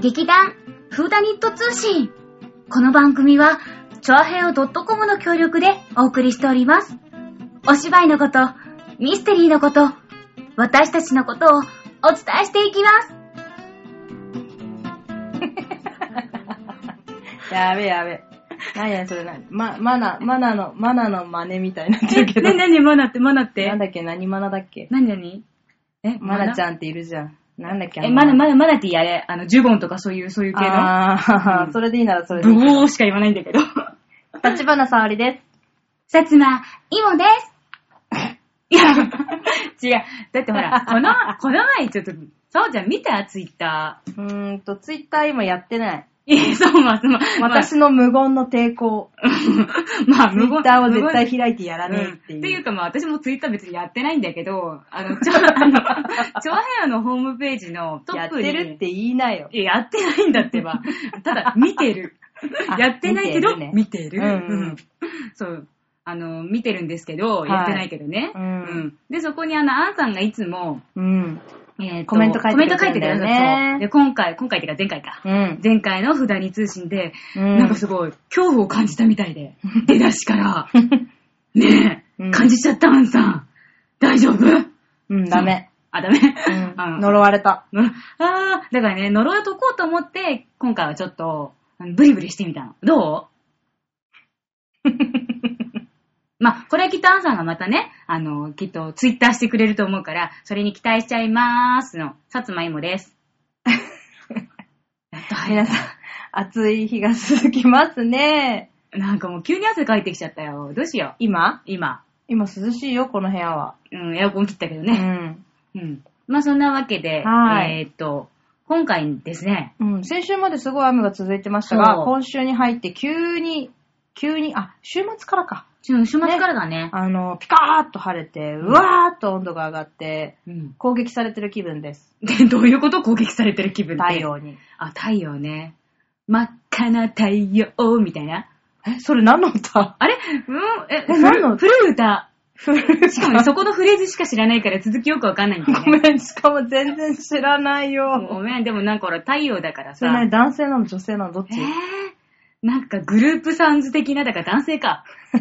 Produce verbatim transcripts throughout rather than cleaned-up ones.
劇団フーダニット通信。この番組はチョアヘオ .com の協力でお送りしております。お芝居のこと、ミステリーのこと、私たちのことをお伝えしていきます。 やべやべ。なになにそれなにま、マナ、マナの、マナの真似みたいになってるけど。 なになにマナってマナってなんだっけ何マナだっけなになにえ、 マナちゃんっているじゃん。なんだっけえ、マナ、マナ、マナティーあれ、あの、ジュゴンとかそういう、そういう系の。 あー、うん、それでいいならそれでいい。 ブゴーしか言わないんだけど。 立花沙織です。 薩摩いもです。いや、違う。だってほら、この、この前ちょっと、そうじゃん、見たツイッター。うーんと、ツイッター今やってない。 いや、そうま、そうま。 私の無言の抵抗。 まあ、無言。 ツイッターを絶対開いてやらねえっていう。 うん、っていうかまあ、私もツイッター別にやってないんだけど、あの、ちょ、あの、チョアヘアのホームページのトップに。 やってるって言いなよ。 いや、やってないんだってば。ただ、見てる。やってないけど、見てる。見てる。うんうん、そう。あの、見てるんですけど、はい、やってないけどね。うんうん、で、そこにあの、アンさんがいつも、 うんえー、 コメント書いてくれてるんだよね。コメント書いてくれるんだ。 で、今回、今回っていうか前回か。うん、前回のフダニ通信で、うん、なんかすごい恐怖を感じたみたいで、出だしから、ねえ、うん、感じちゃったアンさん。大丈夫？ うん、ダメ。 あ、ダメ、 うん、呪われた。 あー、だからね、呪いを解こうと思って、今回はちょっと、ブリブリしてみたの。どう？まあ、これはきっとアンさんがまたね、あの、きっとツイッターしてくれると思うから、それに期待しちゃいまーすの、薩摩いもです。 皆さん、暑い日が続きますね。 なんかもう急に汗かいてきちゃったよ。どうしよう。 今今。 今涼しいよ、この部屋は。 うん、エアコン切ったけどね。うん。うん。まあそんなわけで、 はい、 えー、っと、今回ですね。 うん、先週まですごい雨が続いてましたが、今週に入って急に、急に、あ、週末からか。 週末からだね。 ね、あの、ピカーッと晴れて、うわーっと温度が上がって、うん、攻撃されてる気分です。 で、どういうこと？攻撃されてる気分って。 太陽に。 あ、太陽ね。真っ赤な太陽みたいな。 え、それ何の歌？ あれうん、え、 え何の古い歌。しかもね、そこのフレーズしか知らないから続きよくわかんないんだよね。 ごめん、しかも全然知らないよ。 ごめん、でもなんか俺太陽だからさ。 それね、男性なの女性なのどっち？ えーなんかグループサウンズ的な、だから男性か。うん、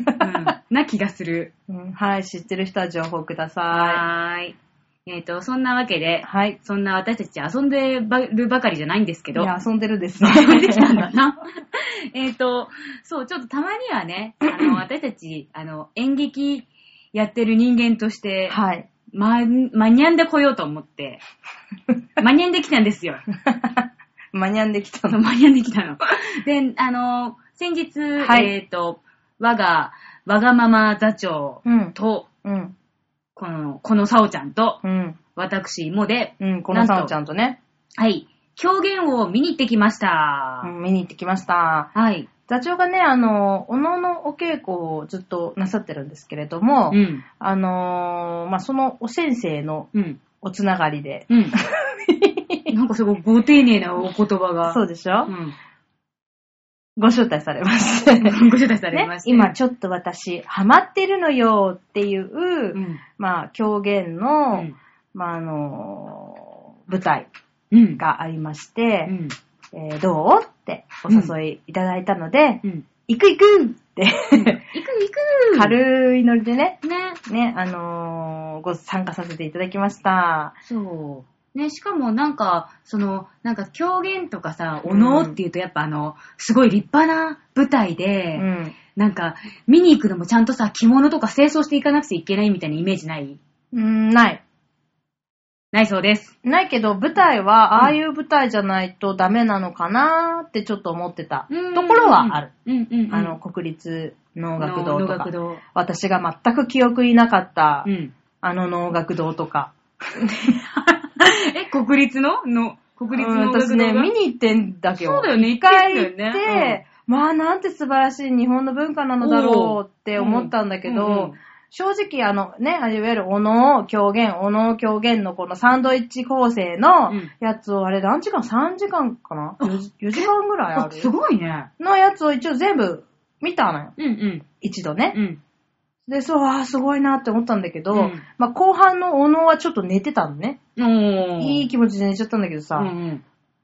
な気がする、 うん。はい、知ってる人は情報ください。 はーい。えっと、そんなわけで、 はい。 そんな私たち遊んでるばかりじゃないんですけど。 いや、遊んでるですね。 遊んできたんだな。えっと、そう、ちょっとたまにはね、あの、私たち、あの、演劇やってる人間として、 はい。 ま、間にゃんでこようと思って、間にゃんできたんですよ。 間にゃんできたの。 間にゃんできたの。で、あの、先日、はい、えっ、ー、と、我が、わがまま座長と、うんうん、この、このさおちゃんと、うん、私もで、 うん、このさおちゃんとね。 はい。狂言を見に行ってきました。 うん、見に行ってきました。 はい。 座長がね、あの、おののお稽古をずっとなさってるんですけれども、うん、あのー、まあ、そのお先生のおつながりで、うんなんかすごいご丁寧なお言葉が。 そうでしょ、うん、ご招待されまして。 ご招待されまして、 ね。今ちょっと私、ハマってるのよっていう、うん、まあ、狂言の、うん、まあ、あのー、舞台がありまして、うんえー、どうってお誘いいただいたので、うん、行く行くって、 うん、行く行く軽いノリでね、 ね、 ね、あのー、ご参加させていただきました。 そう。ね、しかもなんか、その、なんか狂言とかさ、お能っていうとやっぱあの、すごい立派な舞台で、うん、なんか、見に行くのもちゃんとさ、着物とか清掃していかなくちゃいけないみたいなイメージない？ うーん、ない。 ないそうです。 ないけど、舞台は、ああいう舞台じゃないとダメなのかなーってちょっと思ってたところはある。うんうんうん、あの、国立能楽堂とか。能楽堂。私が全く記憶になかった、うん、あの能楽堂とか。 え、国立のの、国立の、 うん、私ね、見に行ってんだけど。 そうだよね、 一回行って、うん、まあなんて素晴らしい日本の文化なのだろうって思ったんだけど、うんうんうん、正直あのね、いわゆるお能、狂言、お能、狂言のこのサンドイッチ構成のやつを、あれ何時間 ?さんじかんかな ?よ 時間ぐらいある。 すごいね。 のやつを一応全部見たのよ。 うんうん。 一度ね。 うん。 で、そう、ああ、すごいなって思ったんだけど、うん、まあ後半のお能はちょっと寝てたのね。いい気持ちで寝ちゃったんだけどさ、うんうん、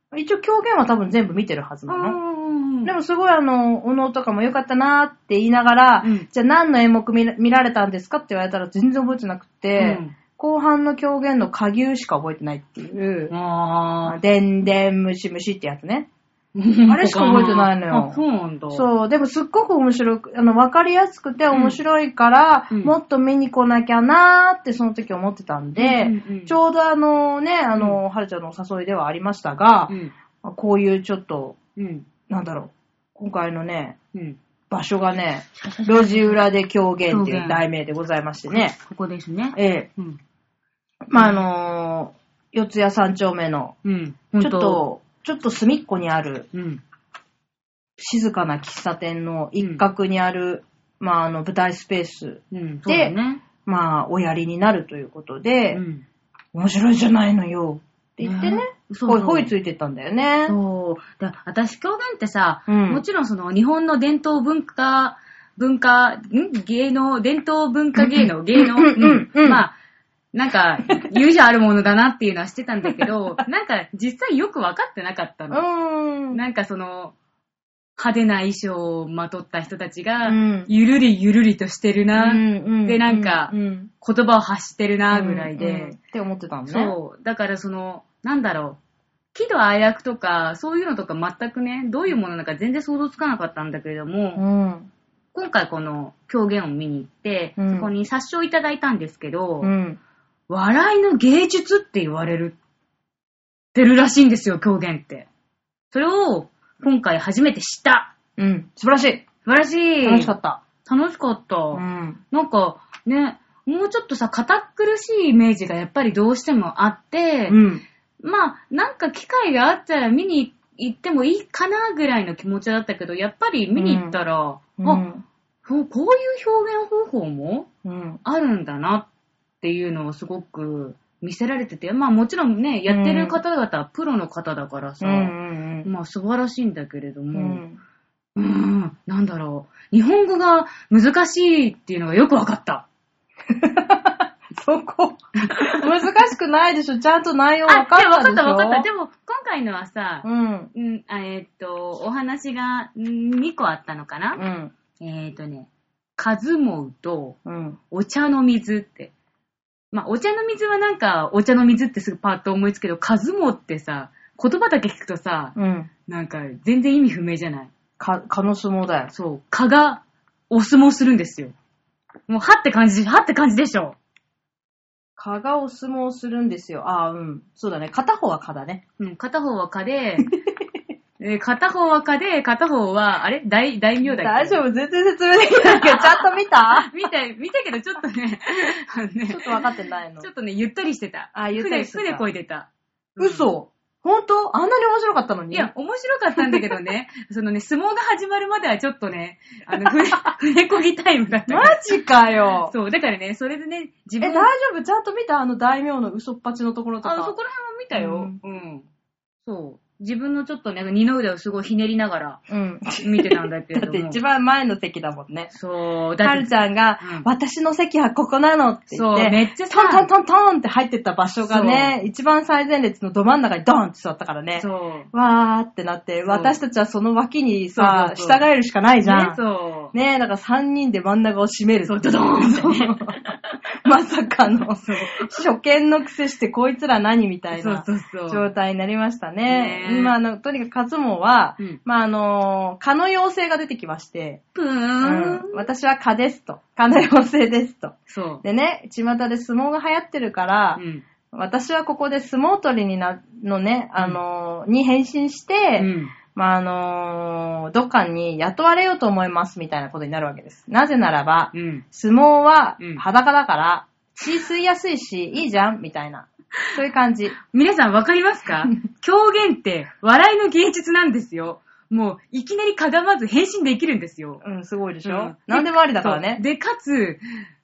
一応狂言は多分全部見てるはずなの。 うん。 でもすごいあの、お能とかも良かったなーって言いながら、うん、じゃあ何の演目 見, 見られたんですかって言われたら全然覚えてなくて、うん、後半の狂言の下牛しか覚えてないっていう、あー。でんでんむしむしってやつね。あれしか覚えてないのよ。 あ、そうなんだ。 そう。でもすっごく面白く、あの、わかりやすくて面白いから、うん、もっと見に来なきゃなーってその時思ってたんで、うんうんうん、ちょうどあのね、あの、うん、はるちゃんのお誘いではありましたが、うん、こういうちょっと、うん、なんだろう、今回のね、うん、場所がね、路地裏で狂言っていう題名でございましてね。 ここですね。 ええ。うん、まあ、あのー、四谷三丁目の、うん、ちょっと、ちょっと隅っこにある、うん、静かな喫茶店の一角にある、うん、まあ、あの、舞台スペースで、うんね、まあ、おやりになるということで、うん、面白いじゃないのよって言ってね、ほいほいついてったんだよね。 そう。で、私、狂言ってさ、うん、もちろんその、日本の伝統文化、文化、ん芸能、伝統文化芸能、芸能、うん、うん、まあ、なんか、勇者あるものだなっていうのはしてたんだけど、なんか実際よく分かってなかったの。うんなんかその、派手な衣装をまとった人たちが、うん、ゆるりゆるりとしてるな、うん、で、なんか、うん、言葉を発してるな、ぐらいで、うんうん。 って思ってたのね。 そう。だからその、なんだろう、喜怒哀楽とか、そういうのとか全くね、どういうものなのか全然想像つかなかったんだけれども、うん、今回この狂言を見に行って、うん、そこに冊子をいただいたんですけど、うん笑いの芸術って言われるってるらしいんですよ、狂言って。それを今回初めて知った。 うん。素晴らしい。 素晴らしい。 楽しかった。 楽しかった。うん。なんかね、もうちょっとさ、堅苦しいイメージがやっぱりどうしてもあって、うん。まあ、なんか機会があったら見に行ってもいいかなぐらいの気持ちだったけど、やっぱり見に行ったら、うん、あ、うん、こういう表現方法もあるんだなって。っていうのをすごく見せられてて、まあもちろんね、やってる方々はプロの方だからさ、うんうんうん、まあ素晴らしいんだけれども、うん、うーん、なんだろう、日本語が難しいっていうのがよくわかった。 そこ、難しくないでしょ、ちゃんと内容わかったでしょ。わかったわかった。 でも今回のはさ、うんうん、えー、っと、お話がにこあったのかな、うん、えー、っとね、かずもうとお茶の水って。まあ、お茶の水はなんか、お茶の水ってすぐパッと思いつくけど、かずもってさ、言葉だけ聞くとさ、うん、なんか、全然意味不明じゃない。 か、かの相撲だよ。 そう。かが、お相撲するんですよ。もう、はって感じ、はって感じでしょ。 かがお相撲するんですよ。ああ、うん。そうだね。片方はかだね。 うん、片方はかで、えー、片方はかで、片方は、あれ大、大名だっけ大丈夫全然説明できないけど、ちゃんと見た見た、見たけどちょっとね、 ねちょっと分かってないの。 ちょっとね、ゆったりしてた。 あ、ゆったりしてた。 船、船漕いでた。 うん、嘘本当あんなに面白かったのにいや、面白かったんだけどね、そのね、相撲が始まるまではちょっとね、あの、船、船漕ぎタイムだった。 マジかよそう、だからね、それでね、 自分え、大丈夫ちゃんと見たあの大名の嘘っぱちのところとか。 あ、そこら辺も見たよ。うん。うん、そう。自分のちょっとね、二の腕をすごいひねりながら、うん。見てたんだけれども。 だって一番前の席だもんね。 そう。 だって。はるちゃんが、うん、私の席はここなのって言って、 そう、めっちゃトントントントンって入ってった場所がね、一番最前列のど真ん中にドーンって座ったからね。そう。わーってなって、私たちはその脇にさ、そうそうそう従えるしかないじゃん。ね、そう。ねだから三人で真ん中を占める。 そう、ドドーンってね。 まさかの、初見のくせしてこいつら何みたいな状態になりましたね。ね今あの、とにかくカズモは、うん、まああの、蚊の妖精が出てきまして、 ぷーん、 うん、私は蚊ですと。蚊の妖精ですと。そう。でね、巷で相撲が流行ってるから、うん、私はここで相撲取りにな、のね、あの、うん、に変身して、うんまあ、あのー、どっかに雇われようと思いますみたいなことになるわけです。なぜならば、うん、相撲は裸だから、血吸いやすいし、いいじゃんみたいな。そういう感じ。 皆さんわかりますか狂言って笑いの芸術なんですよ。もう、いきなりかがまず変身できるんですよ。 うん、すごいでしょ、うん、何でもありだからね。 で、かつ、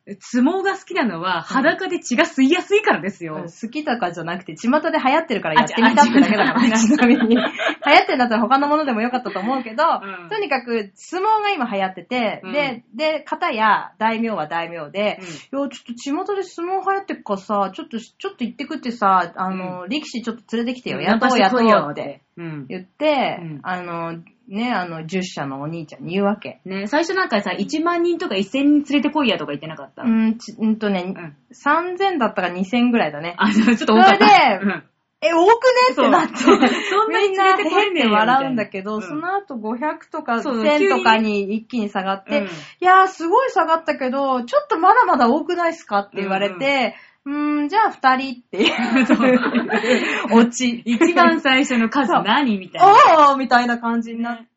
相撲が好きなのは裸で血が吸いやすいからですよ。 好きとかじゃなくて、巷で流行ってるからやってみたってだけだから、ちなみに。流行ってるんだったら他のものでもよかったと思うけど、うん、とにかく相撲が今流行ってて、うん、で、で、片や大名は大名で、うん、いや、ちょっと巷で相撲流行ってっからさ、ちょっと、ちょっと行ってくってさ、あの、うん、力士ちょっと連れてきてよ、やっとうやっとうって。言って、うん、あの、ね、あの、じゅっ社のお兄ちゃんに言うわけ。 ね、最初なんかさ、いちまん人とかせんにん連れてこいやとか言ってなかった？ うん、ち、うんとね、うん、さんぜんだったかにせんぐらいだね。 あ、ちょっと多かった。 それで、うん、え、多くねってなって。そんなに連れてこいね変で笑うんだけど、うん、その後ごひゃくとかせんとかに一気に下がって、うん、いやーすごい下がったけど、ちょっとまだまだ多くないっすかって言われて、うんうん、うーん、じゃあ二人っていう。オチ。 一番最初の数何みたいな。 ああみたいな感じになって、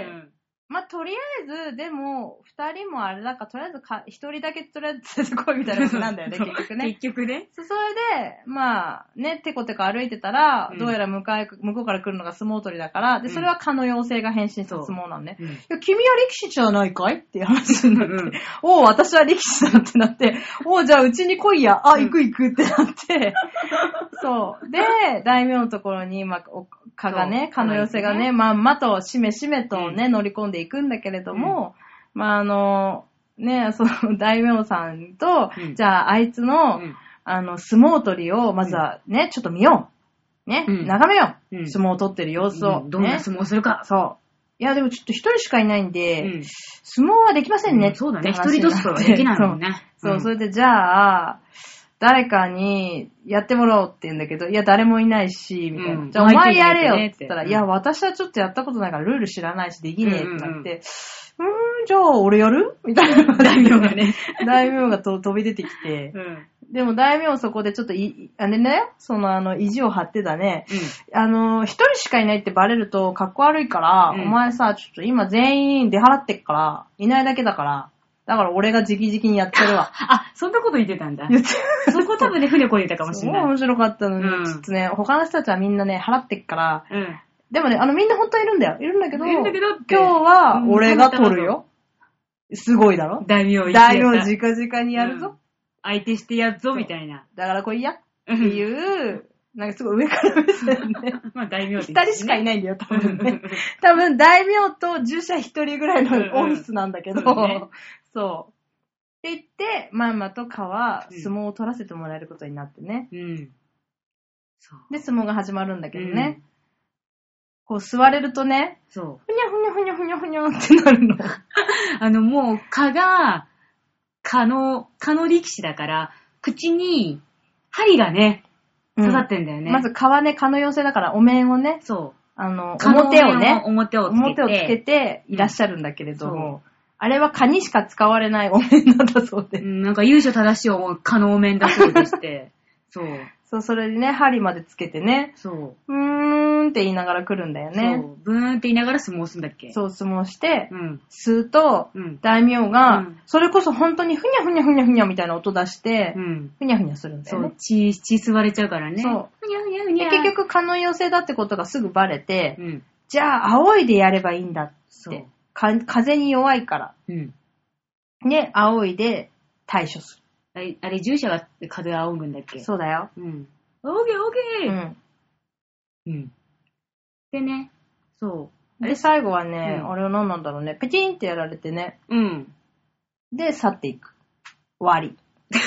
うん、まあ、とりあえず、でも、二人もあれだから、とりあえずか、一人だけとりあえず連れてこいみたいなことなんだよね、結局ね。 結局ね。 それで、まあ、ね、テコテコ歩いてたら、うん、どうやら向かい、向こうから来るのが相撲取りだから、で、それは蚊の妖精が変身した相撲なんね。うん、いや、君は力士じゃないかいっていう話になって、うん、おう、私は力士だってなって、おう、じゃあうちに来いや、あ、行く行くってなって、そう。で、大名のところに、まあ、蚊がね、蚊の妖精がね、まんまと、しめしめとね、乗り込んでいくんだけれども、うん、まあ、あの、ね、その大名さんと、うん、じゃああいつの、うん、あの、相撲取りを、まずはね、うん、ちょっと見よう。ね、うん、眺めよう、うん。相撲を取ってる様子を、ね。 どんな相撲するか。 そう。いや、でもちょっと一人しかいないんで、うん、相撲はできませんね、 そうだね、一人としかできないもんね。 そう、そうそれでじゃあ、誰かにやってもらおうって言うんだけど、いや、誰もいないし、みたいな。うん、じゃあ、お前やれよって言ったら、いや、私はちょっとやったことないからルール知らないし、できねえってなって、うんうん、うーん、じゃあ、俺やるみたいな。 大名がね。 大名がと飛び出てきて、うん、でも大名そこでちょっとい、あれだよ、その、あの、意地を張ってたね。うん、あの、一人しかいないってバレると、かっこ悪いから、うん、お前さ、ちょっと今全員出払ってっから、いないだけだから、だから俺が直々にやってるわ。 あ、そんなこと言ってたんだ。言ってそこ多分ね、船こいでたかもしれない。 すごい面白かったのに、うん、ちょっとね、他の人たちはみんなね、払ってっから、うん、でもね、あのみんな本当はいるんだよ。いるんだけど、いるんだけど今日は俺が取るよ。うん、すごいだろ？ 大名大名直々にやるぞ。うん、 相手してやっぞ、みたいな。 だから来いやっていう、なんかすごい上から目線で。 まあ大名ですね。二人しかいないんだよ、多分ね。多分大名と従者一人ぐらいのオフィスなんだけど、うんうん、そう。って言って、まんまと蚊は相撲を取らせてもらえることになってね。うん。そうで、相撲が始まるんだけどね。うん、こう座れるとね、そう。ふにゃふにゃふにゃふにゃふにゃってなるの。 あの、もう蚊が、蚊の、蚊の力士だから、口に針がね、刺さってんだよね。 うん、まず蚊はね、蚊の妖精だからお面をね、そう。あの、表をね、 表をつけて、 表をつけていらっしゃるんだけれども、うんあれは蚊にしか使われないお面なんだそうで。 うん、なんか優勝正しい蚊のお面だそうでして。そう。 そう、それでね、針までつけてね。そう。うーんって言いながら来るんだよね。そう。 ブーンって言いながら相撲するんだっけ？ そう、相撲して、うん、吸うと、うん、大名が、うん、それこそ本当にふにゃふにゃふにゃふにゃみたいな音出して、うん、ふにゃふにゃするんだよね。 そう、血、血吸われちゃうからね。そう。 ふにゃふにゃふにゃ。で、結局蚊の妖精だってことがすぐバレて、うん、じゃあ、仰いでやればいいんだって。そう。か風に弱いから。うん。で、仰いで対処する。あれ、あれ従者が風を仰ぐんだっけ？ そうだよ。うん。 オーケーオーケー！うん。うん。でね、そう。 で、最後はね、うん、あれは何なんだろうね、ペチンってやられてね。うん。で、去っていく。終わり。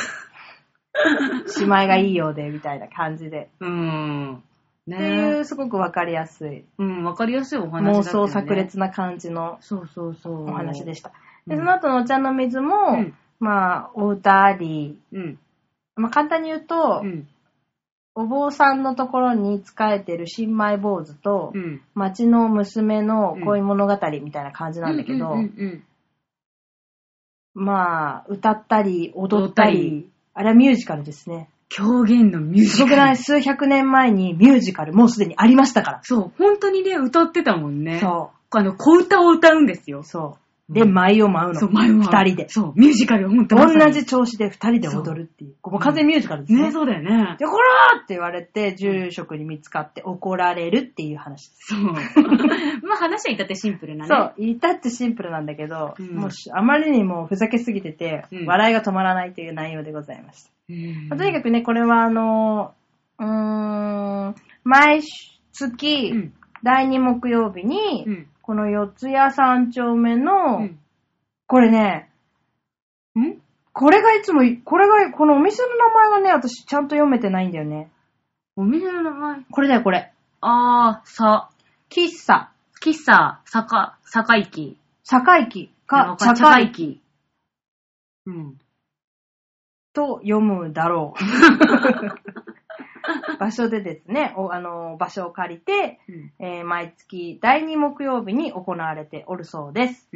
しまいがいいようで、みたいな感じで。うん。ね、っていう、すごくわかりやすい。 うん、わかりやすいお話だったよね。 妄想炸裂な感じの。 そうそうそう。 お話でした。で、その後のお茶の水も、うん、まあ、お歌あり、うん、まあ、簡単に言うと、うん、お坊さんのところに仕えてる新米坊主と、うん、町の娘の恋物語みたいな感じなんだけど、まあ、歌ったり、踊ったり、ったりあれはミュージカルですね。 狂言のミュージカル。 僕ら数百年前にミュージカルもうすでにありましたから。 そう、本当にね、歌ってたもんね。そう。あの、小歌を歌うんですよ。そう。 で、舞を舞うの。 そう、舞を舞う。 二人で。 そう、ミュージカルを本当に。 同じ調子で二人で踊るっていう。ここ完全ミュージカルですね。 ね、そうだよね。 で、こらーって言われて、住職に見つかって怒られるっていう話です。 そう。まあ話は至ってシンプルなね。 そう、至ってシンプルなんだけど、 うん、 もうあまりにもふざけすぎてて、うん、笑いが止まらないという内容でございました。うんまあ、とにかくね、これはあの、うーん、毎月、うん、だいに木曜日に、うん、この四谷三丁目の、うん、これね、んこれがいつも、これが、このお店の名前がね、私ちゃんと読めてないんだよね。 お店の名前これだよ、これ。 あー、さ、 喫茶。 喫茶、さか、さかいき。 さかいき。か、 さかいき。うん。 と読むだろう。場所でですね、おあの場所を借りて、うんえー、毎月だいに木曜日に行われておるそうです。うん、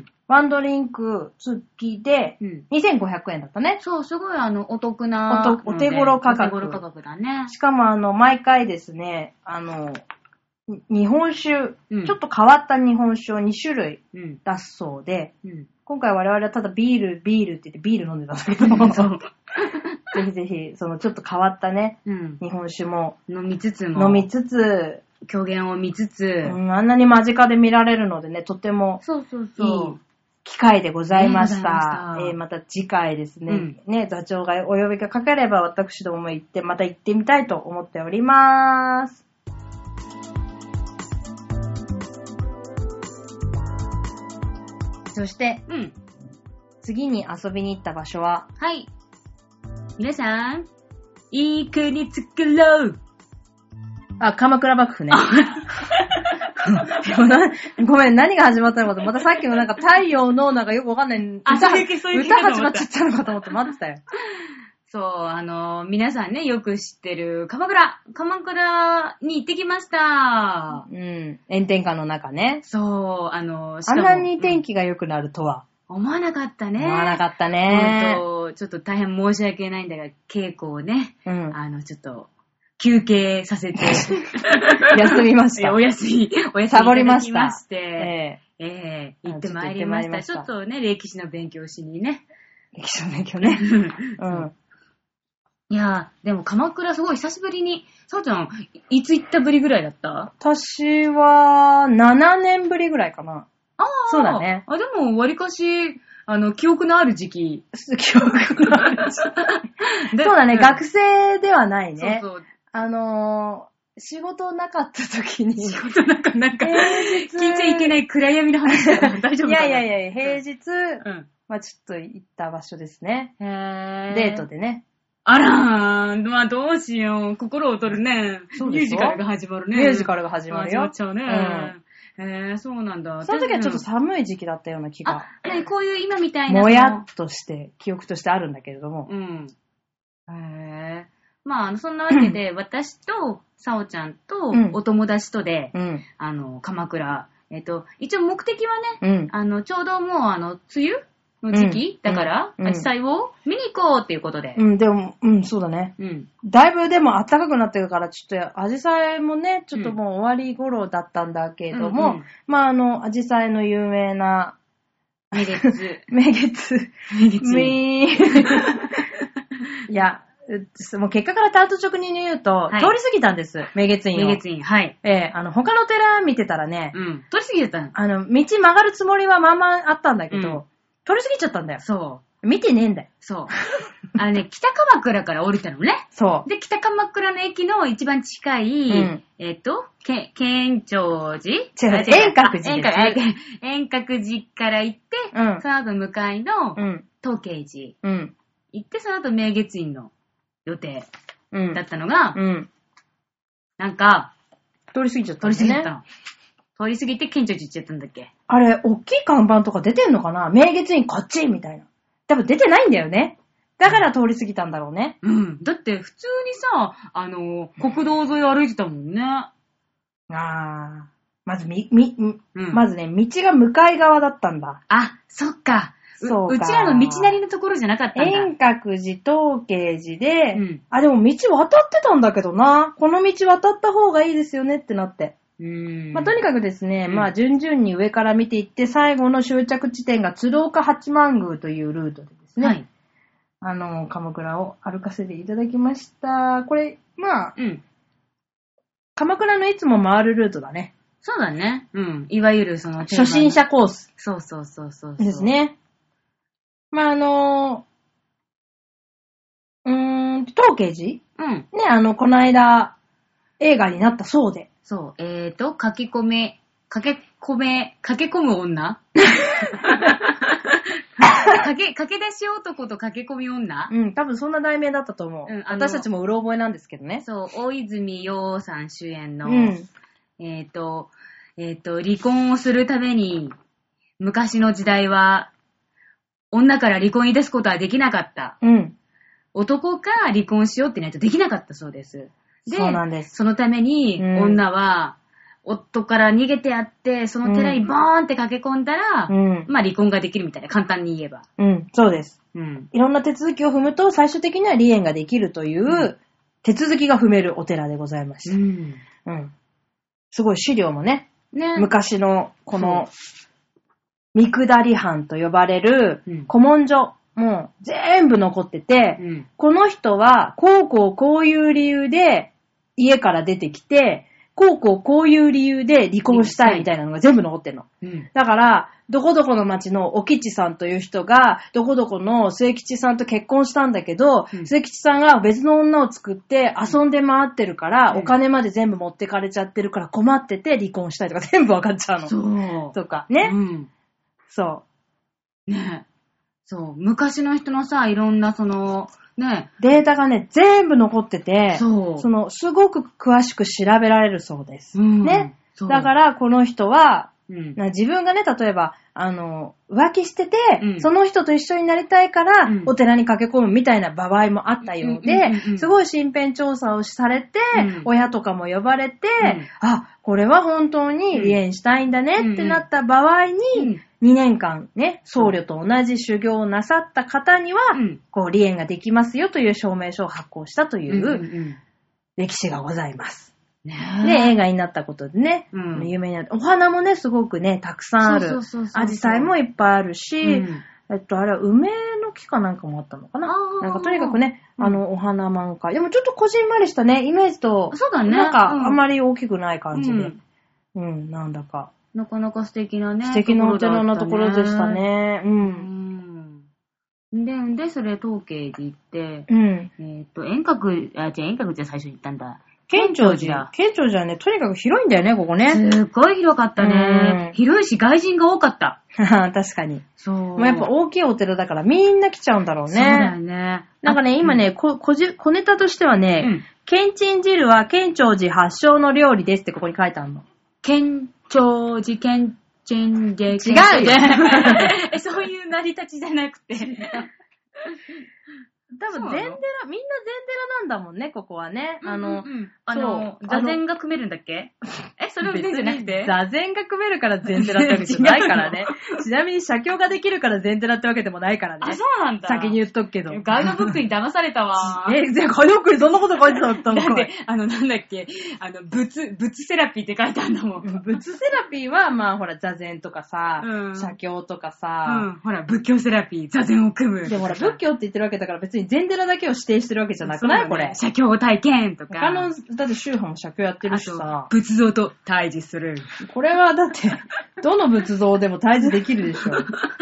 ワンドリンク付きでにせんごひゃくえんだったね。 そう、すごいあのお得なお、お手頃価格。 お手頃価格だね。 しかもあの毎回ですね、あの日本酒、うん、ちょっと変わった日本酒をに種類出すそうで、うんうん、今回我々はただビール、ビールって言ってビール飲んでたんだけど、ぜひぜひ、そのちょっと変わったね、うん、日本酒も飲みつつも、 飲みつつ、 狂言を見つつ、 うん、あんなに間近で見られるのでね、とてもいい機会でございました。えー、また次回ですね、うん、ね、座長がお呼びがかければ私どもも行って、また行ってみたいと思っております。そして、うん、次に遊びに行った場所は、 はい。皆さん、いい国作ろう。 あ、鎌倉幕府ね。ごめん、何が始まったのかと、またさっきのなんか太陽のなんかよくわかんない歌、 あ、そういう系、そういう系歌始まっちゃったのかと思って待ってたよ。 そう、あの、皆さんね、よく知ってる鎌倉、鎌倉に行ってきました。 うん、炎天下の中ね。 そう、あの、 しかもあんなに天気が良くなるとは。 思わなかったね。 思わなかったね。 ほんと、ちょっと大変申し訳ないんだが、稽古をね、うん、あの、ちょっと、休憩させて。 休みました。 お休み、お休みサボりました。 まして、えー、えー、行ってまいりました。ちょっとね、歴史の勉強しにね。 歴史の勉強ね。うん。 いやー、でも鎌倉すごい久しぶりに、さおちゃん、いつ行ったぶりぐらいだった？ 私は、ななねんぶりぐらいかな。 ああ、 そうだね。 あ、でも、わりかし、あの、記憶のある時期。 記憶のある時期。そうだね、うん、学生ではないね。そうそう。あのー、仕事なかった時に。 仕事なんか、なんか、聞いちゃいけない暗闇の話だから大丈夫かな。 いやいやいや、平日、うん、まあちょっと行った場所ですね。へー。デートでね。 あらー、まあどうしよう。心を取るね。ミュージカルが始まるね。 ミュージカルが始まるよ。 始まっちゃうね。うんへぇ、そうなんだ。 その時はちょっと寒い時期だったような気が。 あ、ね、こういう今みたいな。 もやっとして、記憶としてあるんだけれども。うん。 へぇ。まあ、そんなわけで、私と、さおちゃんと、お友達とで、うん、あの、鎌倉。えっと、一応目的はね、うん、あの、ちょうどもう、あの、梅雨の時期、うん、だから、アジサイを見に行こうっていうことで。 うん、でも、うん、そうだね。うん。だいぶでも暖かくなってるから、ちょっと、アジサイもね、ちょっともう終わり頃だったんだけども、うんうん、まあ、あの、アジサイの有名な、 名月。 名月。 名月。 みー。いや、もう結果からタート直入に言うと、はい、通り過ぎたんです、明月院を。 明月院、はい。 ええー、あの、他の寺見てたらね、 うん。通り過ぎちゃったの。 あの、道曲がるつもりはまあまああったんだけど、うん、通り過ぎちゃったんだよ。 そう。 見てねえんだよ。 そう。あのね、北鎌倉から降りたのね。 そう。 で、北鎌倉の駅の一番近い、うん、えっ、ー、と、け、県庁寺違う、 遠隔寺です。 遠隔寺から行って、うん、その後向かいの、東慶寺、うん、行って、その後明月院の予定だったのが、うんうん、なんか、 通り過ぎちゃったんだね。通り過ぎたの。通り過ぎて県庁寺行っちゃったんだっけ。 あれ、大きい看板とか出てんのかな？明月院こっちみたいな。多分出てないんだよね。だから通り過ぎたんだろうね。 うん。だって普通にさ、あの、国道沿い歩いてたもんね。ああ。まずみ、み、うん、まずね、道が向かい側だったんだ。 あ、そっか。そうか。うちらの道なりのところじゃなかったんだ。 遠隔寺、東慶寺で、うん、あ、でも道渡ってたんだけどな。この道渡った方がいいですよねってなって。 うーん。 まあ、とにかくですね、 うんまあ、順々に上から見ていって、最後の終着地点が鶴岡八幡宮というルートでですね、 はい。 あの、鎌倉を歩かせていただきました。これ、まあ、 うん。 鎌倉のいつも回るルートだね。 そうだね。うん。いわゆるその、 初心者コース。 そうそうそうそうそう。 です。ね。まあ、あの、うーん、東慶寺うん。 ね、あの、この間、映画になったそうで。 そう。えーと、駆け込め、駆け込め、駆け込む女駆け、駆け出し男と駆け込み女うん、多分そんな題名だったと思う。 うんあの私たちもうろ覚えなんですけどね。 そう、大泉洋さん主演の、 うん。 えーと、えーと、離婚をするために、昔の時代は、女から離婚に出すことはできなかった。 うん。 男が離婚しようってないとできなかったそうです。で、 そうなんです。 そのために、 うん女は、夫から逃げてやって、その寺にボーンって駆け込んだら、 うん。 まあ離婚ができるみたいな、簡単に言えば。 うん、そうです。 うん。 いろんな手続きを踏むと、最終的には離縁ができるという手続きが踏めるお寺でございました。 うん。 うん。すごい資料もね、 ね。 昔のこの、三下り藩と呼ばれるうん古文書、もう全部残ってて、 うん。 この人は、こうこうこういう理由で家から出てきて、こうこうこういう理由で離婚したいみたいなのが全部残ってるの。 うん。 だから、どこどこの町のお吉さんという人が、どこどこの末吉さんと結婚したんだけど、 うん末吉さんが別の女を作って遊んで回ってるから、 うんお金まで全部持ってかれちゃってるから困ってて離婚したいとか全部わかっちゃうの。 そう。 とか、ね。 うん。 そう。 ね。そう。昔の人のさ、いろんなその、ね。 データがね、全部残ってて、 そう。 その、すごく詳しく調べられるそうです。 うん。 ね。 そうだか、ら、この人は、 うん。 な自分がね、例えば、あの、浮気してて、 うんその人と一緒になりたいから、 うんお寺に駆け込むみたいな場合もあったようで、 うんうんうんうんすごい身辺調査をされて、 うん親とかも呼ばれて、 うんあ、これは本当に離縁したいんだねってなった場合に、 うんにねんかんね、僧侶と同じ修行をなさった方には、 うんこう、離縁ができますよという証明書を発行したというんうんううん歴史がございます。 ねで、映画になったことでね、 うん有名になった。お花もね、すごくね、たくさんある。 そうそうそうそうアジサイもいっぱいあるし、 うんえっと、あれは梅の木かなんかもあったのかな。 あーなんかとにかくね、 うんあの、お花満開。でもちょっとこじんまりしたね、イメージと、 そうだね。 なんかうんあんまり大きくない感じで。 うんうん、なんだか。 なかなか素敵なね。 素敵なお寺のところでしたね。う。 うんん。で、で、それ、東慶寺行って、 うん。 えっと、遠隔、あ、じゃあ遠隔じゃ最初に行ったんだ。 県庁寺。県庁寺はね、とにかく広いんだよね、ここね。 すっごい広かったねうん。 広いし、外人が多かった。 確かに。 そう。 もうやっぱ大きいお寺だからみんな来ちゃうんだろうね。 そうだよね。 なんかね、今ね、こ、こじ、小ネタとしてはうねん、 けんちん汁は県庁寺発祥の料理ですってここに書いてあるの。 県庁寺、県庁寺、 違うよえ、そういう成り立ちじゃなくて。 多分、 そうなの禅寺、みんな禅寺なんだもんね、ここはね。あの、 うんうんあの、 そう座禅が組めるんだっけえ、それは禅じゃなくて座禅が組めるから禅寺ってわけじゃないからね。ちなみに写経ができるから禅寺ってわけでもないからね。 あ、そうなんだ。 先に言っとくけど。 ガイドブックに騙されたわ。 え、じゃあガイドブックにそんなこと書いてたのだって、あの、なんだっけ、あの、仏、仏セラピーって書いてあるんだもん。 仏セラピーは、まあほら、座禅とかさ、 うん写経とかうさ、 ん。ほら、仏教セラピー、座禅を組む。 でもほら、仏教って言ってるわけだから別に禅寺だけを指定してるわけじゃなくない、これ。 写経体験とか。 他の、だって宗派も写経やってるしあさと、、仏像と対峙する。 これはだって、どの仏像でも対峙できるでしょ。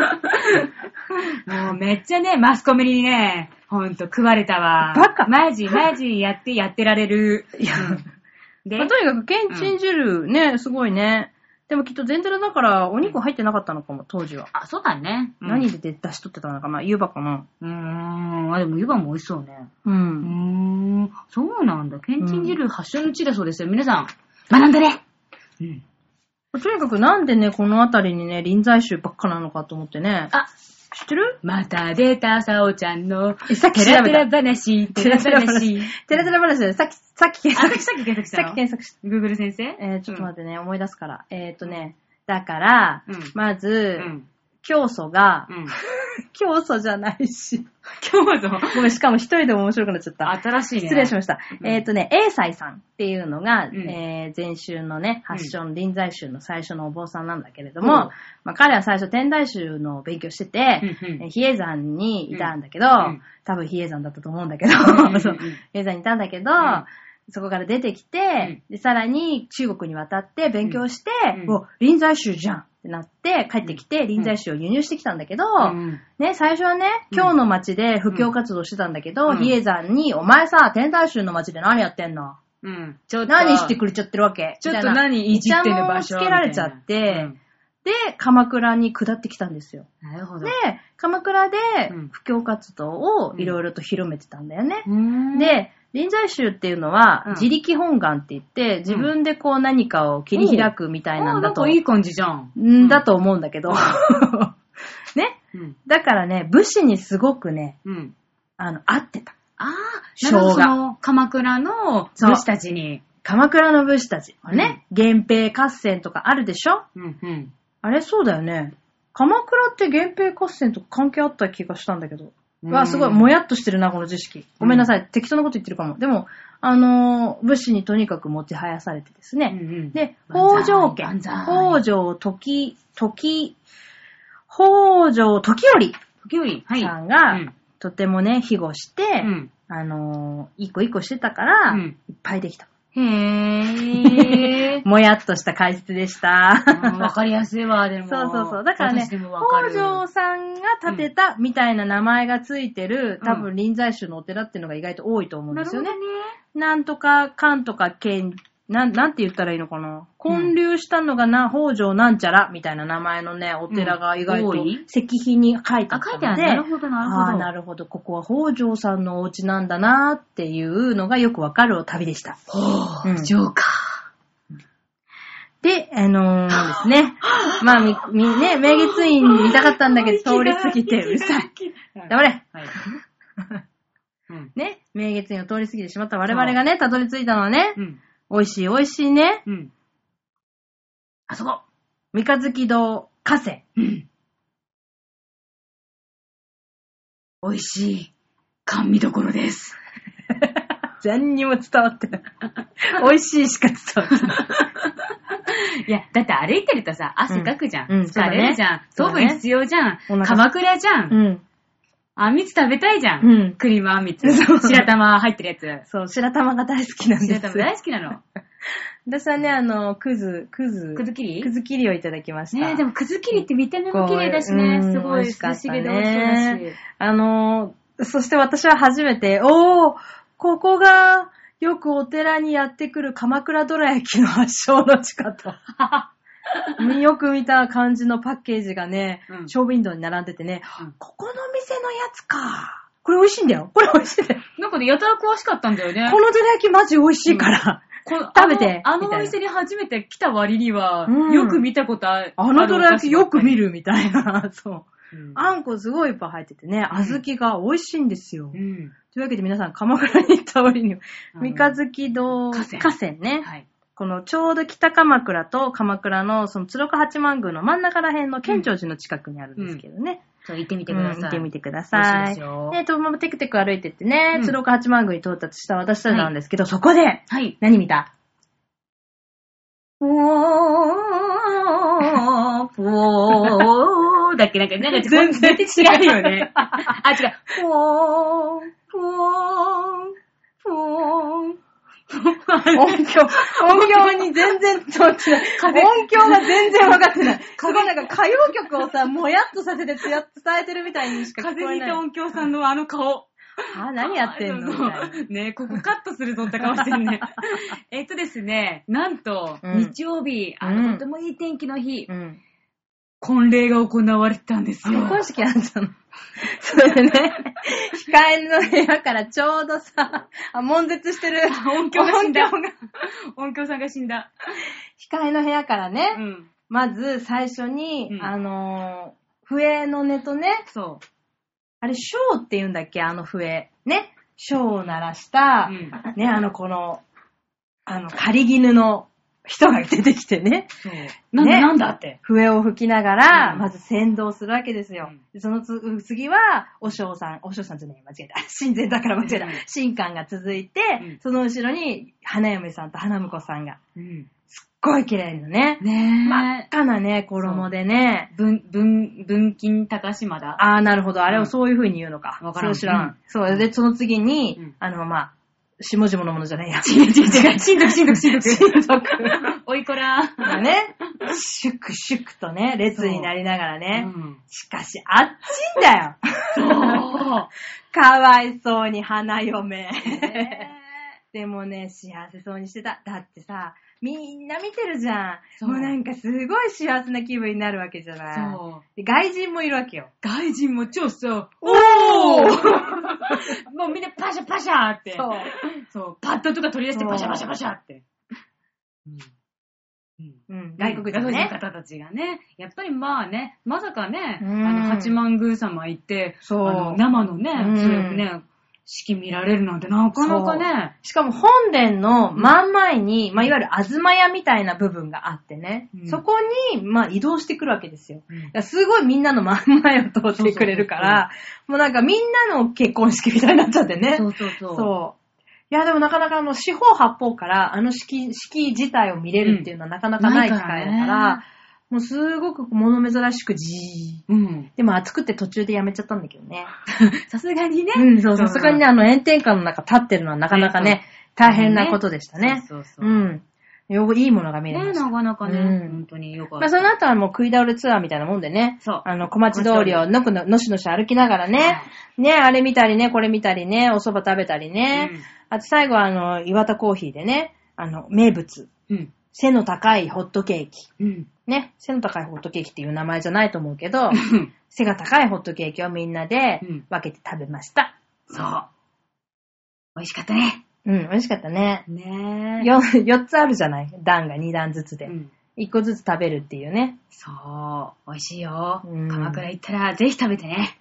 もうめっちゃね、マスコミにね、ほんと食われたわ。 バカマジ、マジやって、やってられる。 いや、 で、 まあとにかく、けんちん汁ね、すごいね。でもきっと禅寺だからお肉入ってなかったのかも、当時は。 あ、そうだね。うん何で出し取ってたのかな、湯葉かな。 うーん。あ、でも湯葉も美味しそうね。 う。 うんーん。そうなんだ。けんちん汁発祥の地だそうですよ。皆さん、学んだね。うん。 とにかくなんでね、この辺りにね、臨済宗ばっかなのかと思ってね。 あ、 知ってる？ また出た、さおちゃんの、 えさっきテラテラ調べた。 話、テラテラ話。 テラテラ話で、さっき、さっき検あ、さっ索き、さっき検索したさっのき検索した。 Google 先生えー、ちょっと待ってね、思い出すから。えーっとね、だから、 うんまず、 うん。 教祖が、 うん。 教祖じゃないし。 教祖ごめん、しかも一人でも面白くなっちゃった。 新しいね。 失礼しました。 うんえっ、ー、とね、英才さんっていうのが、 うんえー、禅宗のね、発祥の臨済宗の最初のお坊さんなんだけれどうんも、まあ、彼は最初天台宗の勉強してて、 うんうんえー比叡山にいたんだけど、 うん多分比叡山だったと思うんだけど、 うんうんうんそう比叡山にいたんだけど、 んそこから出てきて、でさらに中国に渡って勉強して、 うんお、臨済宗じゃんってなって帰ってきて、臨済宗を輸入してきたんだけど、 うんね、最初はね、今日の町で布教活動してたんだけど、 うん比叡山に、お前さ、天台宗の町で何やってんの？ うん。ちょっと。 何してくれちゃってるわけ？ ちょっと何いじってんの場所イチャモンつけられちゃって、で、鎌倉に下ってきたんですよ。 なるほど。 で、鎌倉でうん布教活動をいろいろと広めてたんだよね。 うーん、 で、臨済宗っていうのは、 うん自力本願って言って、自分でこう何かを切り開くみたいなんだと。 あ、なんかいい感じじゃん。 んだと思うんだけど。ね。 うん。 だからね、武士にすごくね、 うん。 あの、合ってた。 ああ、 生姜なるほどその鎌倉の武士たちに。 鎌倉の武士たち。これね、源平合戦とかあるでしょ？ うんうん。 あれそうだよね。鎌倉って源平合戦と関係あった気がしたんだけど。 うんわ、すごい、もやっとしてるな、この知識。ごめんなさい、適当なこと言ってるかも。でも、あのー、武士にとにかくもてはやされてですね。 うんうん、 で、北条家、 万歳北条時、時、北条時頼時折、はい。 さんが、 うんとてもね、庇護して、 うんあのー、いい子いい子してたから、 うんいっぱいできた。 へー。 もやっとした解説でした。 うんわかりやすいわ、でも。 そうそうそう。だからね、 私でもわかる北条さんが建てたみたいな名前がついてる、多分臨済宗のお寺っていうのが意外と多いと思うんですよね。 なるほどね。 なんとか、かんとか、けん、なん、なんて言ったらいいのかな。建立したのがな、北条なんちゃらみたいな名前のね、お寺が意外とうん多い石碑に書いてああ、 った書いてある。 ので、 なるほど、なるほど。 ああ、なるほど。ここは北条さんのお家なんだなっていうのがよくわかる旅でした。 ほうんう、ジョーカで、あのー、ですね。まあ、み、み、ね、明月院見たかったんだけど、通り過ぎてうるさい。 ー。 黙れ。 はい。うん。 ね、明月院を通り過ぎてしまった我々がね、たどり着いたのはね、 うん。 美味しい美味しいね、 うん。あそこ。 三日月堂加瀬。 うん。美味しい甘味どころです。 何にも伝わってない。美味しいしか伝わってない。 いや、だって歩いてるとさ、汗かくじゃん。 うんうん疲れるじゃん。 そうだね糖分必要じゃん。 お腹鎌倉じゃん。 うん。 あんみつ食べたいじゃん。 うんクリームあんみつ。 そう白玉入ってるやつ。 そう、白玉が大好きなんです。 白玉大好きなの。 私はね、あの、くず、くず、 くず切りくず切りをいただきました。 ねえ、でもくず切りって見た目も綺麗だしね。 こうすごいうん美味しか涼ったねしげで美味しそうだし。 あの、そして私は初めて、おー、ここがよくお寺にやってくる鎌倉どら焼きの発祥の地かと。よく見た感じのパッケージがね、 うんショーウィンドウに並んでてね、 うんここの店のやつか。これ美味しいんだよ。これ美味しいんだよ。 なんかね、やたら詳しかったんだよね。 このどら焼きマジ美味しいから。 この食べてあの、あみたいなのお店に初めて来た割には、 うんよく見たことある。 あのどら焼きよく見る。 るみたいな。そう。 うんあんこすごいいっぱい入っててね、小豆が美味しいんですよ。 うん。 というわけで皆さん、鎌倉に行った折に、 あの三日月堂河川河川ね。 はい。 このちょうど北鎌倉と鎌倉のその鶴岡八幡宮の真ん中ら辺の建長寺の近くにあるんですけどね。 そう、行ってみてうんください。 見てみてくだ美味しいさい。 ですよで、ともテクテク歩いてってね、 うん鶴岡八幡宮に到達した私たちなんですけど、そこで、 はい。 何見た？ ぽー、ぽー、だっけなんか、なんか、 全然違うよね。あ、違う。ぽー、ぽー、ぽー。 音響、音響に全然通ってない。音響が全然分かってない。すごいなんか歌謡曲をさ、もやっとさせてつや伝えてるみたいにしか聞こえない。 風にいた音響さんのあの顔。 あ、何やってんのみたいな。 ねここカットするぞって顔してるね。えっとですね、なんと、 うん日曜日、あうんの、とてもいい天気の日、 うん。 婚礼が行われてたんですよ。 結婚式あったの。それでね、控えの部屋からちょうどさ、あ、悶絶してる。 音響が死んだ。 音響が音響さんが死んだ。 控えの部屋からね、 うん。 まず最初に、 うんあのー、笛の音とね、 そあれ、ショーって言うんだっけあの笛。ね。ショーを鳴らした、 うんね、あの、この、あの、仮絹の人が出てきてね。 そう。なんだ、 ねなんだって。 笛を吹きながら、 うんまず先導するわけですよ。 うんそのつ次は、お尚さん、お尚さんじゃない、間違えた。親善だから間違えたうん。 新官が続いて、 うんその後ろに、花嫁さんと花婿さんが、 うん。 すっごい綺麗なね。 ねえ。 真っ赤なね、衣でね。 文、文、文金高島だ。 あー、なるほど。あれうんをそういう風に言うのか。 わからんそう知らん。 うんそう。で、その次に、 うんあの、まあ、下々のものじゃないや。 違う違う違う。親族親族親族。 親族おいこら。 がね、シュクシュクとね、列になりながらね。 うんしかし、あっちんだよ。 そう。 かわいそうに花嫁。 ねでもね、幸せそうにしてた。だってさ、みんな見てるじゃん。 そうもうなんかすごい幸せな気分になるわけじゃない。 そう。 で外人もいるわけよ。 外人も超さ、 おーもうみんなパシャパシャって。 そう。 そう。パッドとか取り出してパシャパシャパシャって。うん。うんうん、外国人外ね。 国人の方たちがね、やっぱりまあね、まさかね、 うんあの、八幡宮様行って、 そうあの、生のね、 うんそういうね、式見られるなんてなかなかね、 しかも本殿の真ん前に、まあ、いわゆる東屋みたいな部分があってね、 うんそこに、まあ、移動してくるわけですよ。 うんだからすごいみんなの真ん前を通ってくれるから、もうなんかみんなの結婚式みたいになっちゃってね。 そうそうそう。 そう。いや、でもなかなかあの、四方八方からあの式、式自体を見れるっていうのはなかなかない機会だから、 ないからねもうすごく物珍しくじー。 うん。 でも暑くて途中でやめちゃったんだけどね。 さすがにね。 うん、そう、さすがにね、あの、炎天下の中立ってるのはなかなかね、大変なことでしたね。 そうそうそう。 うん。よいいものが見れねました。 なかなかね、 うん本当によかった。 まあ、その後はもう食い倒れツアーみたいなもんでね。 そうあの、小町通りをのくの、のしのし歩きながらね。ね、あれ見たりね、これ見たりね、お蕎麦食べたりね。 うんあと最後はあの、岩田コーヒーでね、あの、名物。 うん。 背の高いホットケーキ。 うん。 ね、背の高いホットケーキっていう名前じゃないと思うけど、 うん背が高いホットケーキをみんなでうん分けて食べました。 そう。美味しかったね。 うん、美味しかったね。 ねえ。 よ、四つあるじゃない段が二段ずつで。 うん。 一個ずつ食べるっていうね。 そう。美味しいよ。 うん鎌倉行ったらぜひ食べてね。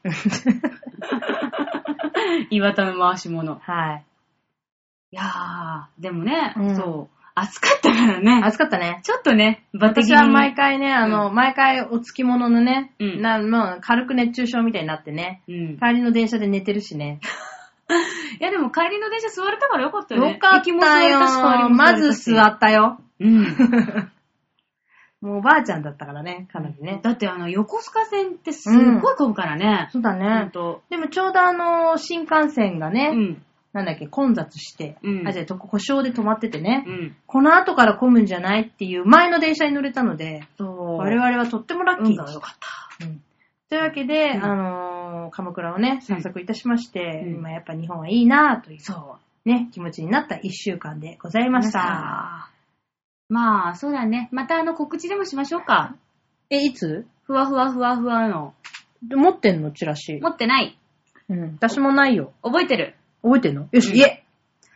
岩田の回し物。 はい。 いやー、でもね、 うんそう。暑かったからね。 暑かったね。 ちょっとね、バテ気味に私は毎回ね、あの、毎回お付き物のね、 うんなもう軽く熱中症みたいになってね、 うん。 帰りの電車で寝てるしね。 いやでも帰りの電車座れたからよかったよね。 よかっ行きも座たれたし帰りよ。 もまれたしず座ったよ。 うん。 もうおばあちゃんだったからね、かなりね。 だってあの、横須賀線ってすっごい混むからね。 そうだほんね。 と。 でもちょうどあの、新幹線がね、 うん。 なんだっけ、混雑して、 うんあ、じゃあ、とこ故障で止まっててね、 うん。 この後から混むんじゃないっていう前の電車に乗れたので、 そう。 我々はとってもラッキーでした。 運が良かった。 うんというわけで、 うんあのー鎌倉をね、散策いたしまして、 うん今やっぱ日本はいいなという、 そう。 ね、気持ちになった一週間でございました。 まあ、そうだね。またあの告知でもしましょうか。 え、いつふわふわふわふわの。 持ってんのチラシ。 持ってない。 うん。私もないよ。 覚えてる。 覚えてんのよし、 うんいえ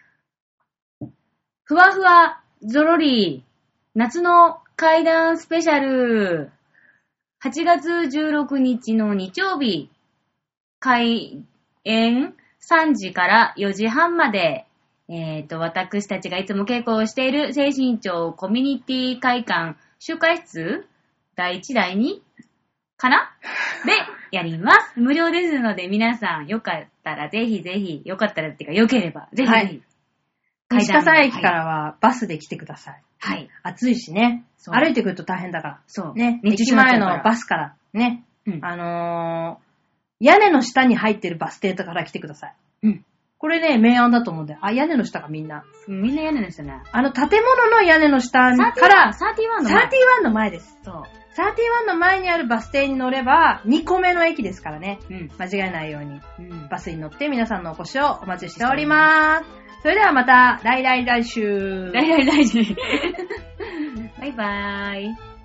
ふわふわゾロリ夏の怪談スペシャル。はちがつじゅうろくにちの日曜日。開演さんじからよじはんまで。えっと、私たちがいつも稽古をしている精神庁コミュニティ会館集会室だいいちだいにかなでやります。無料ですので皆さんよかったらぜひぜひ、よかったらっていうかよければぜひぜひ。 はい西葛西駅からはバスで来てください。 はい。 暑いしね。 そう歩いてくると大変だから。 そう。 ね。駅熱中症になっちゃ前うからのバスから、ね。 うん。 あのー、屋根の下に入ってるバス停から来てください。 うん。 これね、明暗だと思うんで。あ、屋根の下がみんな。 みんな屋根ですよね。 あの、建物の屋根の下サーティワン、 から、 サーティワンのサー前。 ティワンの前です。 そう。 サーティワンの前にあるバス停に乗れば、にこめの駅ですからね。 うん。 間違えないように。 うん。 バスに乗って皆さんのお越しをお待ちしております。それではまた、来来来週。 来来来週。バイバーイ。